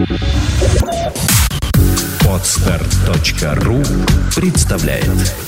Podstart.ru представляет.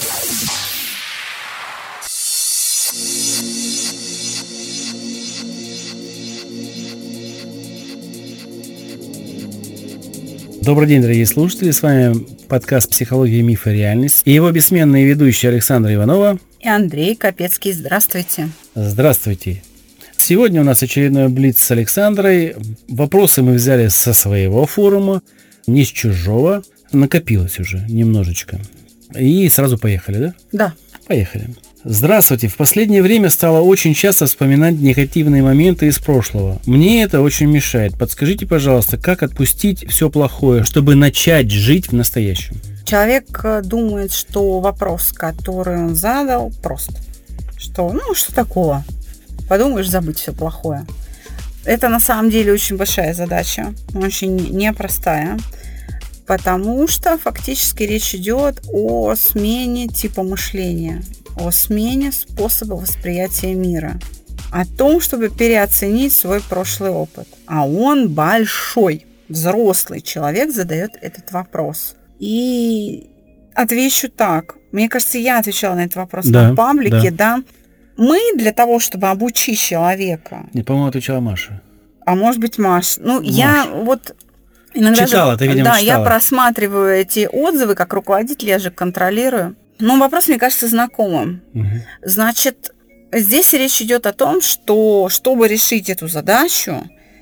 Добрый день, дорогие слушатели, с вами подкаст «Психология, мифы и реальность» и его бессменные ведущие Александра Иванова и Андрей Капецкий. Здравствуйте. Здравствуйте. Сегодня у нас очередной блиц с Александрой. Вопросы мы взяли со своего форума, не с чужого. Накопилось уже немножечко. И сразу поехали, да? Да. Поехали. Здравствуйте. В последнее время стало очень часто вспоминать негативные моменты из прошлого. Мне это очень мешает. Подскажите, пожалуйста, как отпустить все плохое, чтобы начать жить в настоящем? Человек думает, что вопрос, который он задал, прост. Что такого? Подумаешь, забыть все плохое. Это на самом деле очень большая задача, очень непростая, потому что фактически речь идет о смене типа мышления, о смене способа восприятия мира, о том, чтобы переоценить свой прошлый опыт. А он большой, взрослый человек задает этот вопрос. И отвечу так. Мне кажется, я отвечала на этот вопрос в паблике, да. Мы для того, чтобы обучить человека... Не, по-моему, отвечала Маша. А может быть, Маша. Я вот... Иногда читала, ты, видимо, читала. Я просматриваю эти отзывы как руководитель, я же контролирую. Но вопрос, мне кажется, знакомым. Угу. Значит, здесь речь идет о том, что, чтобы решить эту задачу,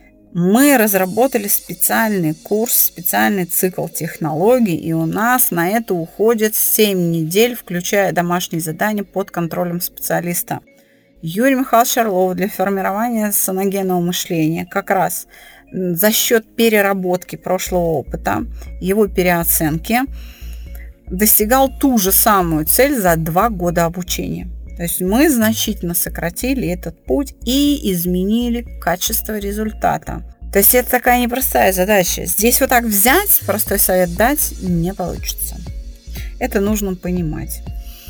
мы разработали специальный курс, специальный цикл технологий, и у нас на это уходит 7 недель, включая домашние задания под контролем специалиста. Юрий Михайлович Орлов для формирования саногенного мышления как раз за счет переработки прошлого опыта, его переоценки, достигал ту же самую цель за 2 года обучения. То есть мы значительно сократили этот путь и изменили качество результата. То есть это такая непростая задача. Здесь вот так взять, простой совет дать не получится. Это нужно понимать.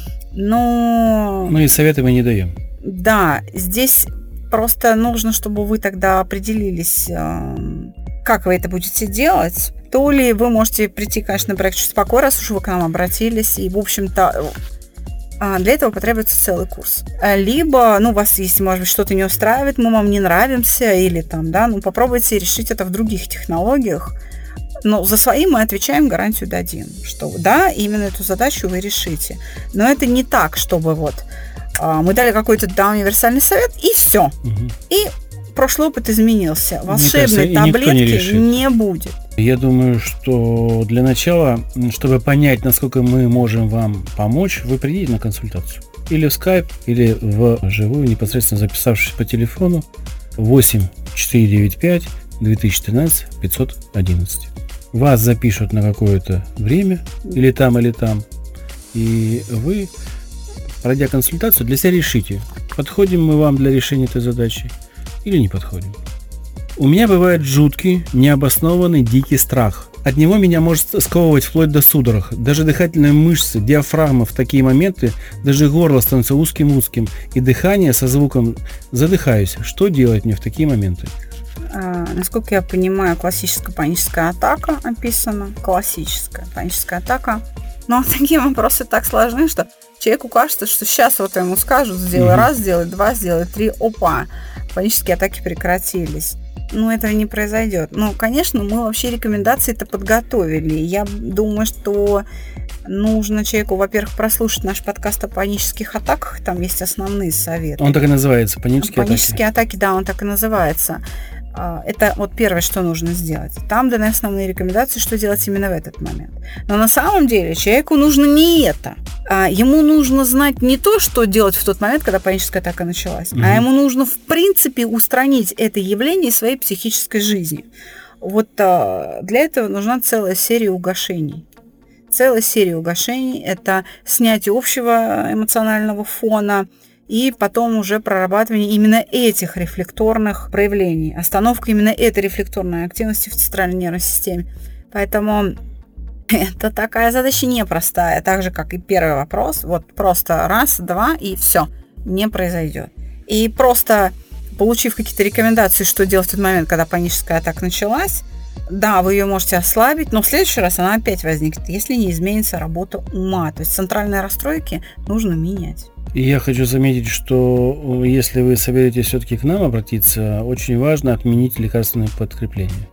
Но... и советы мы не даем. Да, здесь просто нужно, чтобы вы тогда определились, как вы это будете делать. То ли вы можете прийти, конечно, на проект «Чуть спокойно», раз уж вы к нам обратились, и, в общем-то, для этого потребуется целый курс. Либо, вас, если, может быть, что-то не устраивает, мы вам не нравимся, или попробуйте решить это в других технологиях. Но за свои мы отвечаем, гарантию дадим, что да, именно эту задачу вы решите. Но это не так, чтобы мы дали какой-то универсальный совет, и все. Угу. И прошлый опыт изменился. Волшебной таблетки не будет. Я думаю, что для начала, чтобы понять, насколько мы можем вам помочь, вы придите на консультацию. Или в Skype, или вживую, непосредственно записавшись по телефону 8 495 2013 511. Вас запишут на какое-то время, или там, и вы, пройдя консультацию, для себя решите, подходим мы вам для решения этой задачи или не подходим. У меня бывает жуткий, необоснованный, дикий страх. От него меня может сковывать вплоть до судорог. Даже дыхательные мышцы, диафрагма в такие моменты, даже горло становится узким, и дыхание со звуком задыхаюсь. Что делать мне в такие моменты? Насколько я понимаю, классическая паническая атака описана. Классическая паническая атака. Но такие вопросы так сложны, что человеку кажется, что сейчас ему скажут, сделай раз, сделай два, сделай три, опа, панические атаки прекратились. Этого не произойдет. Конечно, мы вообще рекомендации-то подготовили. Я думаю, что нужно человеку, во-первых, прослушать наш подкаст о панических атаках. Там есть основные советы. Он так и называется, панические атаки. Панические атаки, да, он так и называется. Это первое, что нужно сделать. Там даны основные рекомендации, что делать именно в этот момент. Но на самом деле человеку нужно не это. Ему нужно знать не то, что делать в тот момент, когда паническая атака началась, а ему нужно, в принципе, устранить это явление из своей психической жизни. Для этого нужна целая серия угошений. Целая серия угошений – это снятие общего эмоционального фона, и потом уже прорабатывание именно этих рефлекторных проявлений, остановка именно этой рефлекторной активности в центральной нервной системе. Поэтому это такая задача непростая, так же, как и первый вопрос. Просто раз, два, и все, не произойдет. И просто получив какие-то рекомендации, что делать в тот момент, когда паническая атака началась, Да, вы ее можете ослабить, но в следующий раз она опять возникнет, если не изменится работа ума. То есть центральные расстройки нужно менять. И я хочу заметить, что если вы соберетесь все-таки к нам обратиться, очень важно отменить лекарственное подкрепление.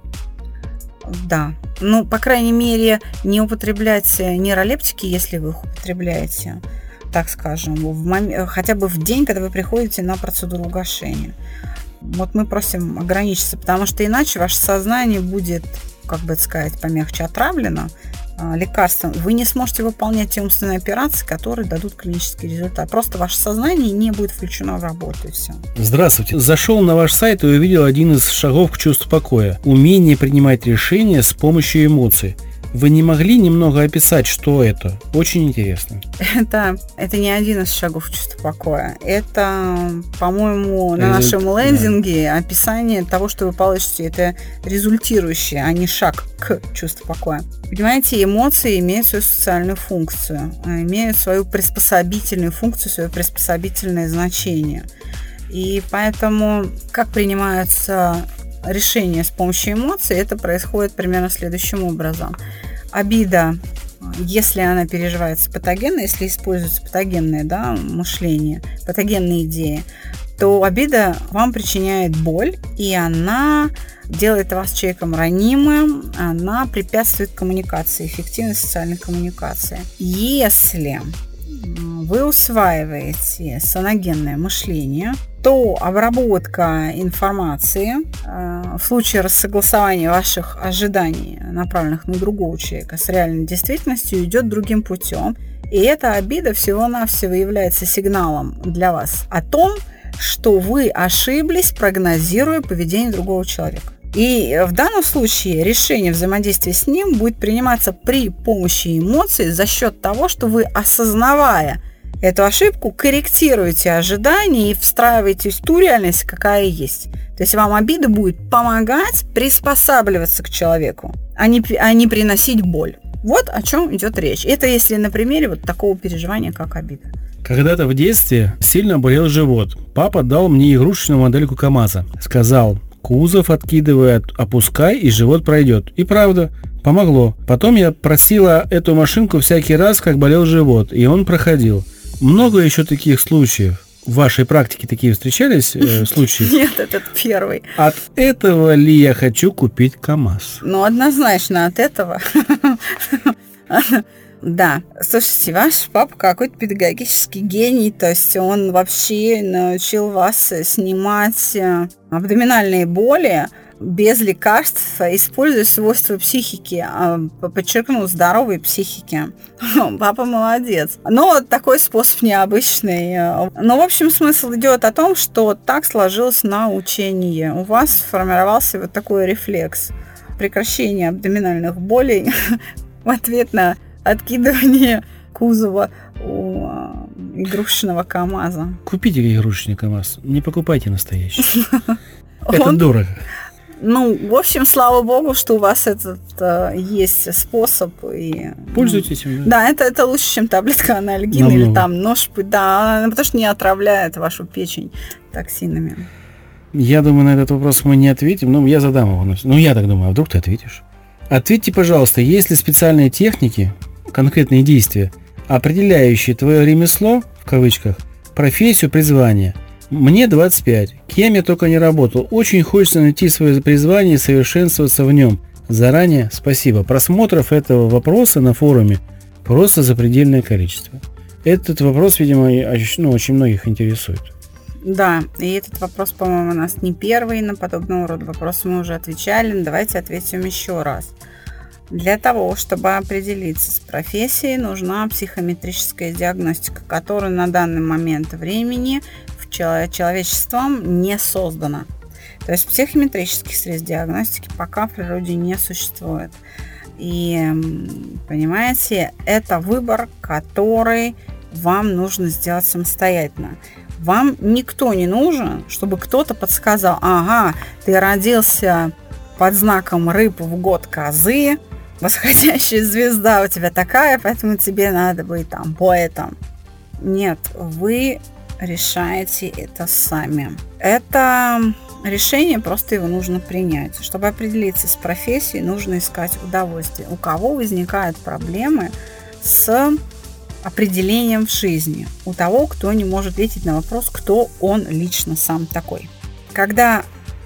Да. По крайней мере, не употреблять нейролептики, если вы их употребляете, так скажем, хотя бы в день, когда вы приходите на процедуру угошения. Вот мы просим ограничиться, потому что иначе ваше сознание будет, как бы сказать, помягче отравлено лекарством. Вы не сможете выполнять те умственные операции, которые дадут клинический результат. Просто ваше сознание не будет включено в работу, и все. Здравствуйте. Зашел на ваш сайт и увидел один из шагов к чувству покоя. Умение принимать решения с помощью эмоций. Вы не могли немного описать, что это? Очень интересно. Это не один из шагов чувства покоя. Это, по-моему, на нашем лендинге описание того, что вы получите. Это результирующее, а не шаг к чувству покоя. Понимаете, эмоции имеют свою социальную функцию, имеют свою приспособительную функцию, свое приспособительное значение. И поэтому, как принимаются решение с помощью эмоций, это происходит примерно следующим образом. Обида, если она переживается патогенно, если используется патогенное мышление, патогенные идеи, то обида вам причиняет боль, и она делает вас человеком ранимым, она препятствует коммуникации, эффективной социальной коммуникации. Если вы усваиваете саногенное мышление, то обработка информации в случае рассогласования ваших ожиданий, направленных на другого человека, с реальной действительностью, идет другим путем. И эта обида всего-навсего является сигналом для вас о том, что вы ошиблись, прогнозируя поведение другого человека. И в данном случае решение взаимодействия с ним будет приниматься при помощи эмоций за счет того, что вы, осознавая эту ошибку, корректируете ожидания и встраиваетесь в ту реальность, какая есть. То есть вам обида будет помогать приспосабливаться к человеку, а не приносить боль. Вот о чем идет речь. Это если на примере вот такого переживания, как обида. Когда-то в детстве сильно болел живот. Папа дал мне игрушечную модельку КамАЗа. Сказал: кузов откидывай, опускай, и живот пройдет. И правда, помогло. Потом я просила эту машинку всякий раз, как болел живот, и он проходил. Много еще таких случаев. В вашей практике такие встречались случаи? Нет, это первый. От этого ли я хочу купить КамАЗ? Однозначно от этого. Да, слушайте, ваш папа какой-то педагогический гений, то есть он вообще научил вас снимать абдоминальные боли без лекарств, используя свойства психики, подчеркну, здоровой психики. Папа молодец. Но такой способ необычный. Но, в общем, смысл идет о том, что так сложилось на учении. У вас сформировался вот такой рефлекс прекращения абдоминальных болей в ответ на откидывание кузова у игрушечного КамАЗа. Купите игрушечный КамАЗ, не покупайте настоящий. Это дорого. В общем, слава богу, что у вас этот есть способ. И, пользуйтесь им. Да, это лучше, чем таблетка анальгина или нож, потому что не отравляет вашу печень токсинами. Я думаю, на этот вопрос мы не ответим, я задам его. Я так думаю, а вдруг ты ответишь? Ответьте, пожалуйста, есть ли специальные техники, конкретные действия, определяющие твое ремесло, в кавычках, профессию, призвание? Мне 25. Кем я только не работал. Очень хочется найти свое призвание и совершенствоваться в нем. Заранее спасибо. Просмотров этого вопроса на форуме просто запредельное количество. Этот вопрос, видимо, очень многих интересует. Да, и этот вопрос, по-моему, у нас не первый. На подобного рода вопросы мы уже отвечали. Давайте ответим еще раз. Для того, чтобы определиться с профессией, нужна психометрическая диагностика, которая на данный момент времени человечеством не создана. То есть психометрических средств диагностики пока в природе не существует. И, понимаете, это выбор, который вам нужно сделать самостоятельно. Вам никто не нужен, чтобы кто-то подсказал: ага, ты родился под знаком рыб в год козы, восходящая звезда у тебя такая, поэтому тебе надо быть поэтом. Нет, вы решаете это сами. Это решение, просто его нужно принять. Чтобы определиться с профессией, нужно искать удовольствие. У кого возникают проблемы с определением в жизни? У того, кто не может ответить на вопрос, кто он лично сам такой. Когда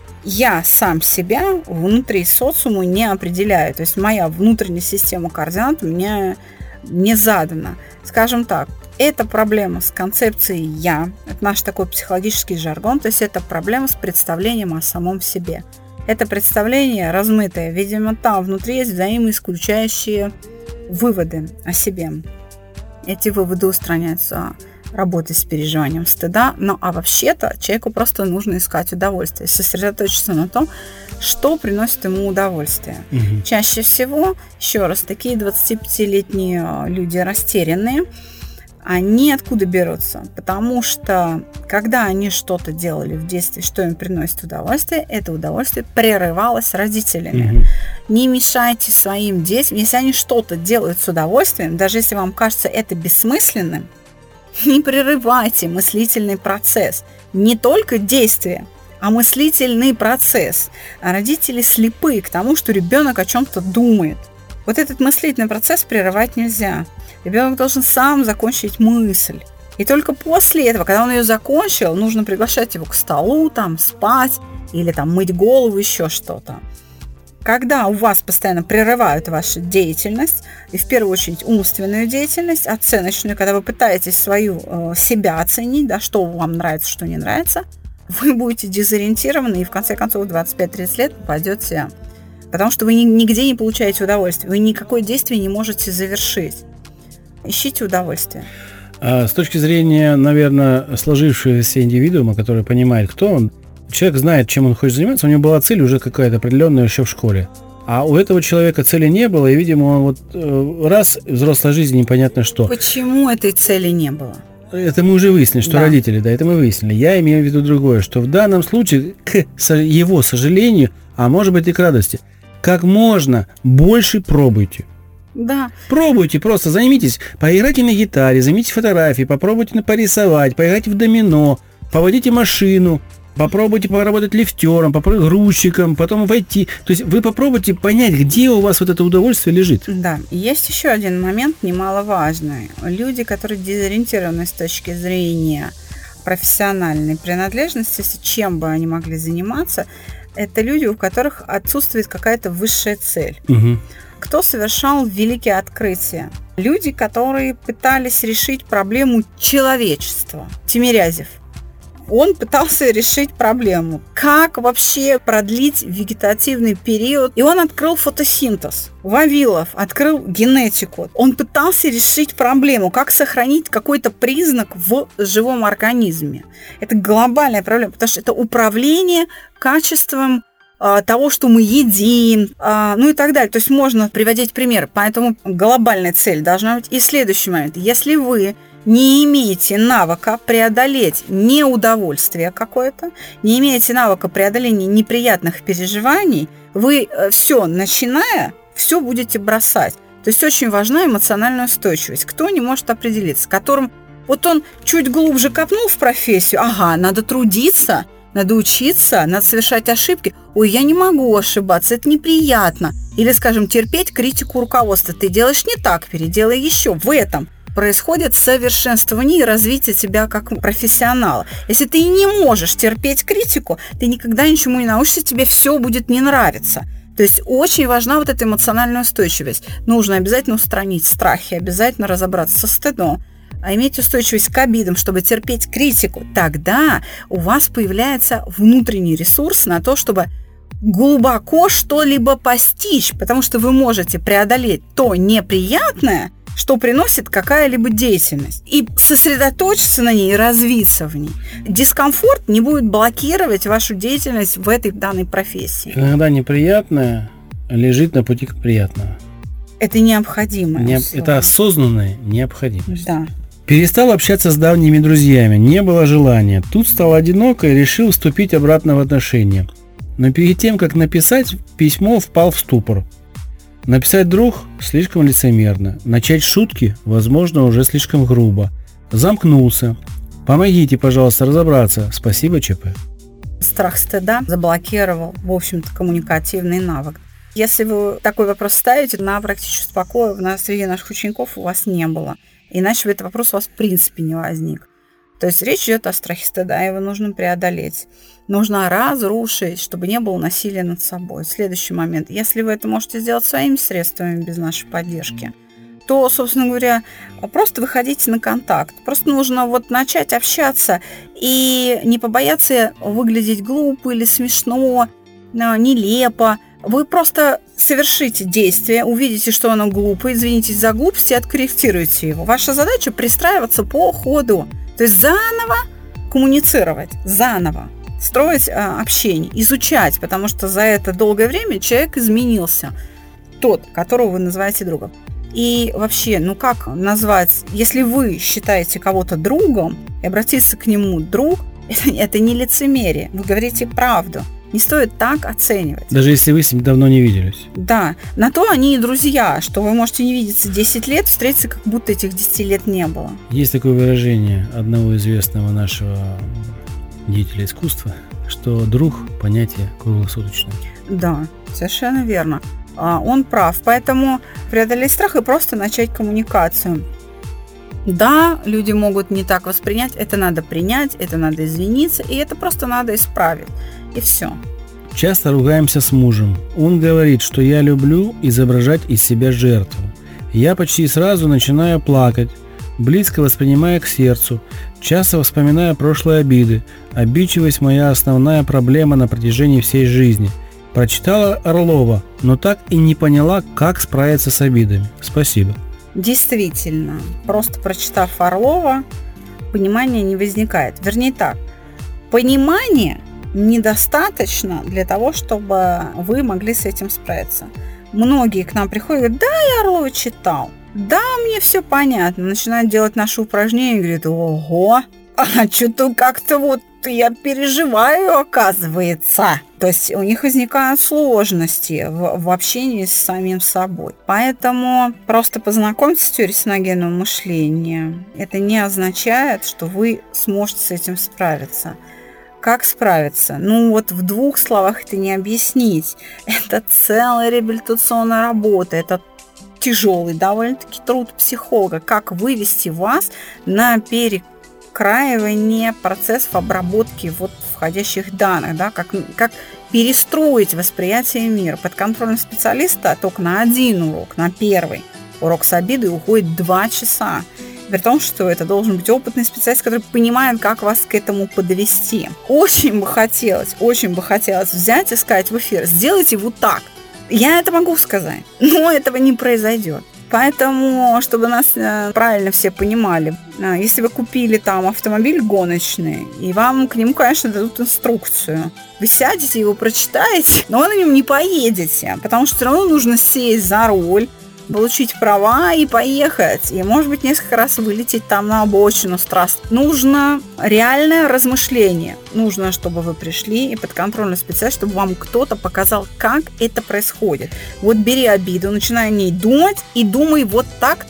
я сам себя внутри социума не определяю, то есть моя внутренняя система координат у меня не задана. Скажем так, это проблема с концепцией «я», это наш такой психологический жаргон, то есть это проблема с представлением о самом себе. Это представление размытое, видимо, там внутри есть взаимоисключающие выводы о себе. Эти выводы устраняются работой с переживанием стыда, а вообще-то человеку просто нужно искать удовольствие, сосредоточиться на том, что приносит ему удовольствие. Угу. Чаще всего, еще раз, такие 25-летние люди растерянные, они откуда берутся? Потому что, когда они что-то делали в детстве, что им приносит удовольствие, это удовольствие прерывалось родителями. Угу. Не мешайте своим детям, если они что-то делают с удовольствием, даже если вам кажется это бессмысленным, не прерывайте мыслительный процесс. Не только действие, а мыслительный процесс. А родители слепы к тому, что ребенок о чем-то думает. Вот этот мыслительный процесс прерывать нельзя. Ребенок должен сам закончить мысль. И только после этого, когда он ее закончил, нужно приглашать его к столу, спать или мыть голову, еще что-то. Когда у вас постоянно прерывают вашу деятельность, и в первую очередь умственную деятельность, оценочную, когда вы пытаетесь себя оценить, что вам нравится, что не нравится, вы будете дезориентированы и в конце концов в 25-30 лет попадете, потому что вы нигде не получаете удовольствия, вы никакое действие не можете завершить. Ищите удовольствие. С точки зрения, наверное, сложившегося индивидуума, который понимает, кто он, человек знает, чем он хочет заниматься, у него была цель уже какая-то определенная еще в школе. А у этого человека цели не было, и, видимо, раз взрослая жизнь непонятно что. Почему этой цели не было? Это мы уже выяснили, что родители, это мы выяснили. Я имею в виду другое, что в данном случае, к его сожалению, а может быть и к радости, как можно больше пробуйте. Да. Пробуйте, просто займитесь, поиграйте на гитаре, займитесь фотографией, попробуйте порисовать, поиграйте в домино, поводите машину, попробуйте поработать лифтером, попробуйте грузчиком, потом войти. То есть вы попробуйте понять, где у вас это удовольствие лежит. Да, есть еще один момент немаловажный. Люди, которые дезориентированы с точки зрения профессиональной принадлежности, чем бы они могли заниматься, это люди, у которых отсутствует какая-то высшая цель. Угу. Кто совершал великие открытия? Люди, которые пытались решить проблему человечества. Тимирязев. Он пытался решить проблему, как вообще продлить вегетативный период. И он открыл фотосинтез. Вавилов открыл генетику. Он пытался решить проблему, как сохранить какой-то признак в живом организме. Это глобальная проблема, потому что это управление качеством того, что мы едим, и так далее. То есть можно приводить примеры. Поэтому глобальная цель должна быть. И следующий момент. Если вы не имеете навыка преодолеть неудовольствие какое-то, не имеете навыка преодоления неприятных переживаний, вы все, начиная, все будете бросать. То есть очень важна эмоциональная устойчивость. Кто не может определиться, которым он чуть глубже копнул в профессию, надо трудиться, надо учиться, надо совершать ошибки. Ой, я не могу ошибаться, это неприятно. Или, скажем, терпеть критику руководства. Ты делаешь не так, переделай еще. В этом происходит совершенствование и развитие тебя как профессионала. Если ты не можешь терпеть критику, ты никогда ничему не научишься, тебе все будет не нравиться. То есть очень важна эта эмоциональная устойчивость. Нужно обязательно устранить страхи, обязательно разобраться со стыдом, а иметь устойчивость к обидам, чтобы терпеть критику. Тогда у вас появляется внутренний ресурс на то, чтобы глубоко что-либо постичь, потому что вы можете преодолеть то неприятное, что приносит какая-либо деятельность, и сосредоточиться на ней, развиться в ней. Дискомфорт не будет блокировать вашу деятельность в этой данной профессии. Иногда неприятное лежит на пути к приятному. Это необходимое. Это осознанная необходимость. Да. Перестал общаться с давними друзьями, не было желания. Тут стал одиноко и решил вступить обратно в отношения. Но перед тем, как написать письмо, впал в ступор. Написать друг слишком лицемерно. Начать шутки, возможно, уже слишком грубо. Замкнулся. Помогите, пожалуйста, разобраться. Спасибо, ЧП. страх стыда заблокировал, в общем-то, коммуникативный навык. Если вы такой вопрос ставите, на практически покоя среди наших учеников у вас не было. Иначе бы этот вопрос у вас в принципе не возник. То есть речь идет о страхе стыда, его нужно преодолеть. Нужно разрушить, чтобы не было насилия над собой. Следующий момент. Если вы это можете сделать своими средствами, без нашей поддержки, то, собственно говоря, просто выходите на контакт. Просто нужно начать общаться и не побояться выглядеть глупо или смешно, нелепо. Вы просто совершите действие, увидите, что оно глупо, извинитесь за глупость и откорректируйте его. Ваша задача пристраиваться по ходу. То есть заново коммуницировать, заново строить общение, изучать, потому что за это долгое время человек изменился, тот, которого вы называете другом. И вообще, как назвать, если вы считаете кого-то другом, и обратиться к нему друг, это не лицемерие, вы говорите правду. Не стоит так оценивать. Даже если вы с ним давно не виделись. Да, на то они и друзья, что вы можете не видеться 10 лет, встретиться, как будто этих 10 лет не было. Есть такое выражение одного известного нашего деятеля искусства, что друг – понятие круглосуточное. Да, совершенно верно. Он прав, поэтому преодолеть страх и просто начать коммуникацию. Да, люди могут не так воспринять, это надо принять, это надо извиниться, и это просто надо исправить. И все. Часто ругаемся с мужем. Он говорит, что я люблю изображать из себя жертву. Я почти сразу начинаю плакать, близко воспринимая к сердцу, часто вспоминая прошлые обиды. Обидчивость – моя основная проблема на протяжении всей жизни. Прочитала Орлова, но так и не поняла, как справиться с обидами. Спасибо. Действительно, просто прочитав Орлова, понимания не возникает. Вернее так, понимание недостаточно для того, чтобы вы могли с этим справиться. Многие к нам приходят и говорят: да, я Орлова читал, да, мне все понятно. Начинают делать наши упражнения и говорят: ого, что-то как-то я переживаю, оказывается. То есть у них возникают сложности в общении с самим собой. Поэтому просто познакомьтесь с теорией синогенного мышления. Это не означает, что вы сможете с этим справиться. Как справиться? В 2 словах это не объяснить. Это целая реабилитационная работа, это тяжелый довольно-таки труд психолога. Как вывести вас на перекраивание процессов обработки входящих данных, да? Как перестроить восприятие мира. Подконтрольный специалиста только на 1 урок, на первый урок с обидой уходит 2 часа. При том, что это должен быть опытный специалист, который понимает, как вас к этому подвести. Очень бы хотелось взять и сказать в эфир: сделайте так. Я это могу сказать, но этого не произойдет. Поэтому, чтобы нас правильно все понимали, если вы купили автомобиль гоночный, и вам к нему, конечно, дадут инструкцию, вы сядете, его прочитаете, но вы на нем не поедете, потому что все равно нужно сесть за руль, получить права и поехать. И, может быть, несколько раз вылететь на обочину с трассы. Нужно реальное размышление. Нужно, чтобы вы пришли и подконтрольный специалист, чтобы вам кто-то показал, как это происходит. Бери обиду, начинай о ней думать и думай так,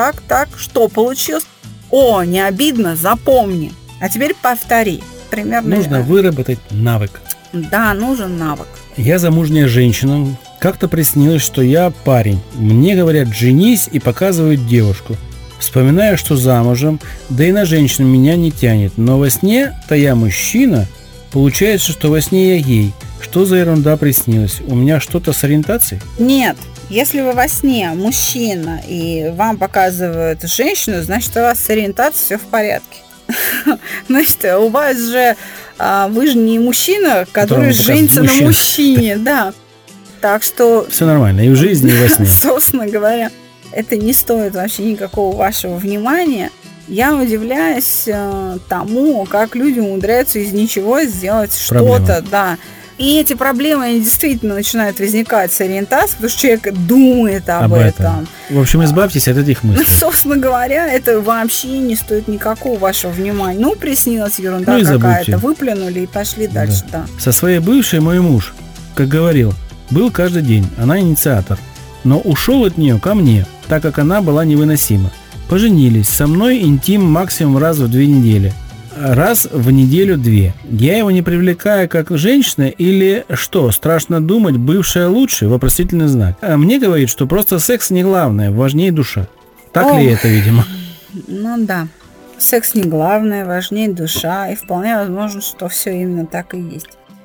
что получилось. О, не обидно, запомни. А теперь повтори. Примерно. Нужно выработать навык. Да, нужен навык. Я замужняя женщина. Как-то приснилось, что я парень. Мне говорят: женись, и показывают девушку. Вспоминаю, что замужем, да и на женщину меня не тянет. Но во сне-то я мужчина. Получается, что во сне я гей. Что за ерунда приснилась? У меня что-то с ориентацией? Нет. Если вы во сне мужчина и вам показывают женщину, значит, у вас с ориентацией все в порядке. Значит, у вас же... Вы же не мужчина, который женится на мужчине. Да. Так что... Все нормально, и в жизни, и во сне. Собственно говоря, это не стоит вообще никакого вашего внимания. Я удивляюсь тому, как люди умудряются из ничего сделать что-то. Да. И эти проблемы, они действительно начинают возникать с ориентацией, потому что человек думает об этом. В общем, избавьтесь от этих мыслей. Собственно говоря, это вообще не стоит никакого вашего внимания. Приснилась ерунда какая-то, выплюнули и пошли дальше. Да. Со своей бывшей мой муж, как говорил, был каждый день, она инициатор. Но ушел от нее ко мне, так как она была невыносима. Поженились, со мной интим максимум раз в 2 недели. раз в неделю-две. Я его не привлекаю как женщина или что? Страшно думать, бывшая лучше? Вопросительный знак. А мне говорит, что просто секс не главное, важнее душа. Так ли это, видимо? Ну да. Секс не главное, важнее душа. И вполне возможно, что все именно так и есть.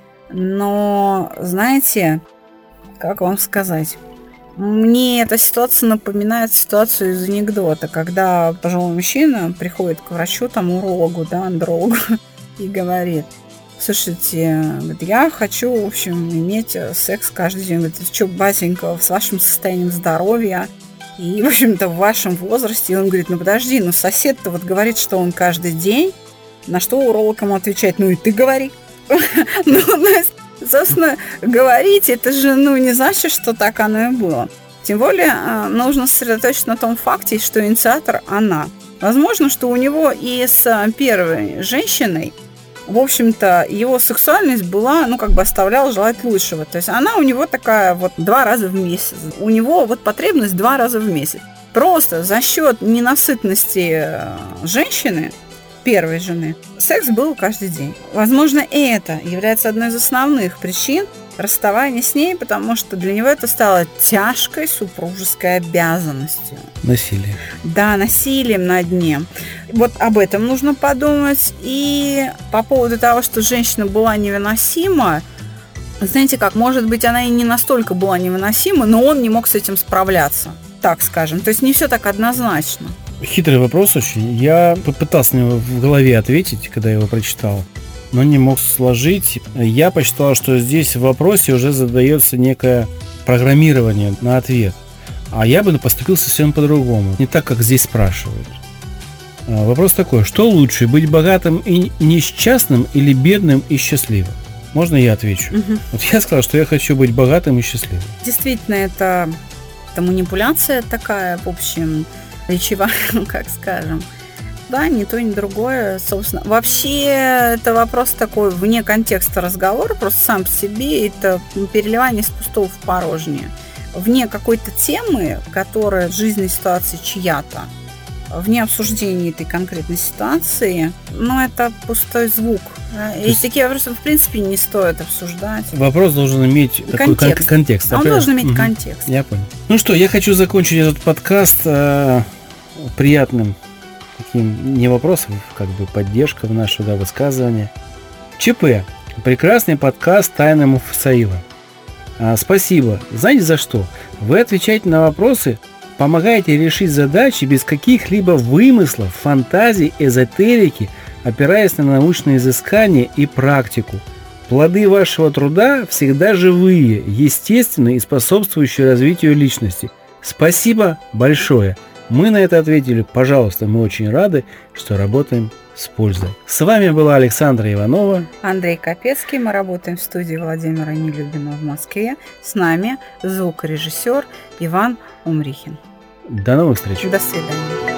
Но, знаете, как вам сказать? Мне эта ситуация напоминает ситуацию из анекдота, когда пожилой мужчина приходит к врачу, там, урологу, да, андрологу, и говорит: слушайте, говорит, я хочу, в общем, иметь секс каждый день. Говорит, что, батенька, с вашим состоянием здоровья и, в общем-то, в вашем возрасте. И он говорит: ну подожди, ну сосед-то вот говорит, что он каждый день. На что уролог ему отвечает: ну и ты говори. Ну, то есть, собственно, говорить, это же, не значит, что так оно и было. Тем более, нужно сосредоточиться на том факте, что инициатор она. Возможно, что у него и с первой женщиной, в общем-то, его сексуальность была, оставляла желать лучшего. То есть она у него такая вот 2 раза в месяц. У него вот потребность 2 раза в месяц. Просто за счет ненасытности женщины, первой жены, секс был каждый день. Возможно, и это является одной из основных причин расставания с ней, потому что для него это стало тяжкой супружеской обязанностью. Насилие. Да, насилием над ним. Вот об этом нужно подумать. И по поводу того, что женщина была невыносима, знаете как, может быть, она и не настолько была невыносима, но он не мог с этим справляться, так скажем. То есть не все так однозначно. Хитрый вопрос очень. Я попытался на него в голове ответить, когда я его прочитал, но не мог сложить. Я посчитал, что здесь в вопросе уже задается некое программирование на ответ. А я бы поступил совсем по-другому. Не так, как здесь спрашивают. Вопрос такой: что лучше, быть богатым и несчастным или бедным и счастливым? Можно я отвечу? Угу. Вот я сказал, что я хочу быть богатым и счастливым. Действительно, это манипуляция такая, в общем, речевая, как скажем. Да, ни то, ни другое, собственно. Вообще, это вопрос такой вне контекста разговора, просто сам по себе это переливание из пустого в порожнее. Вне какой-то темы, которая в жизненной ситуации чья-то, вне обсуждения этой конкретной ситуации, это пустой звук. И такие вопросы, в принципе, не стоит обсуждать. Вопрос должен иметь контекст. Он должен иметь контекст. Я понял. Ну что, я хочу закончить этот подкаст приятным таким, не вопросом, как бы поддержка в наше высказывание. ЧП. Прекрасный подкаст «Тайна Муфасаила». Спасибо. Знаете за что? Вы отвечаете на вопросы, помогаете решить задачи без каких-либо вымыслов, фантазий, эзотерики, опираясь на научные изыскания и практику. Плоды вашего труда всегда живые, естественные и способствующие развитию личности. Спасибо большое. Мы на это ответили: пожалуйста, мы очень рады, что работаем с пользой. С вами была Александра Иванова. Андрей Капецкий. Мы работаем в студии Владимира Нелюбина в Москве. С нами звукорежиссер Иван Умрихин. До новых встреч. До свидания.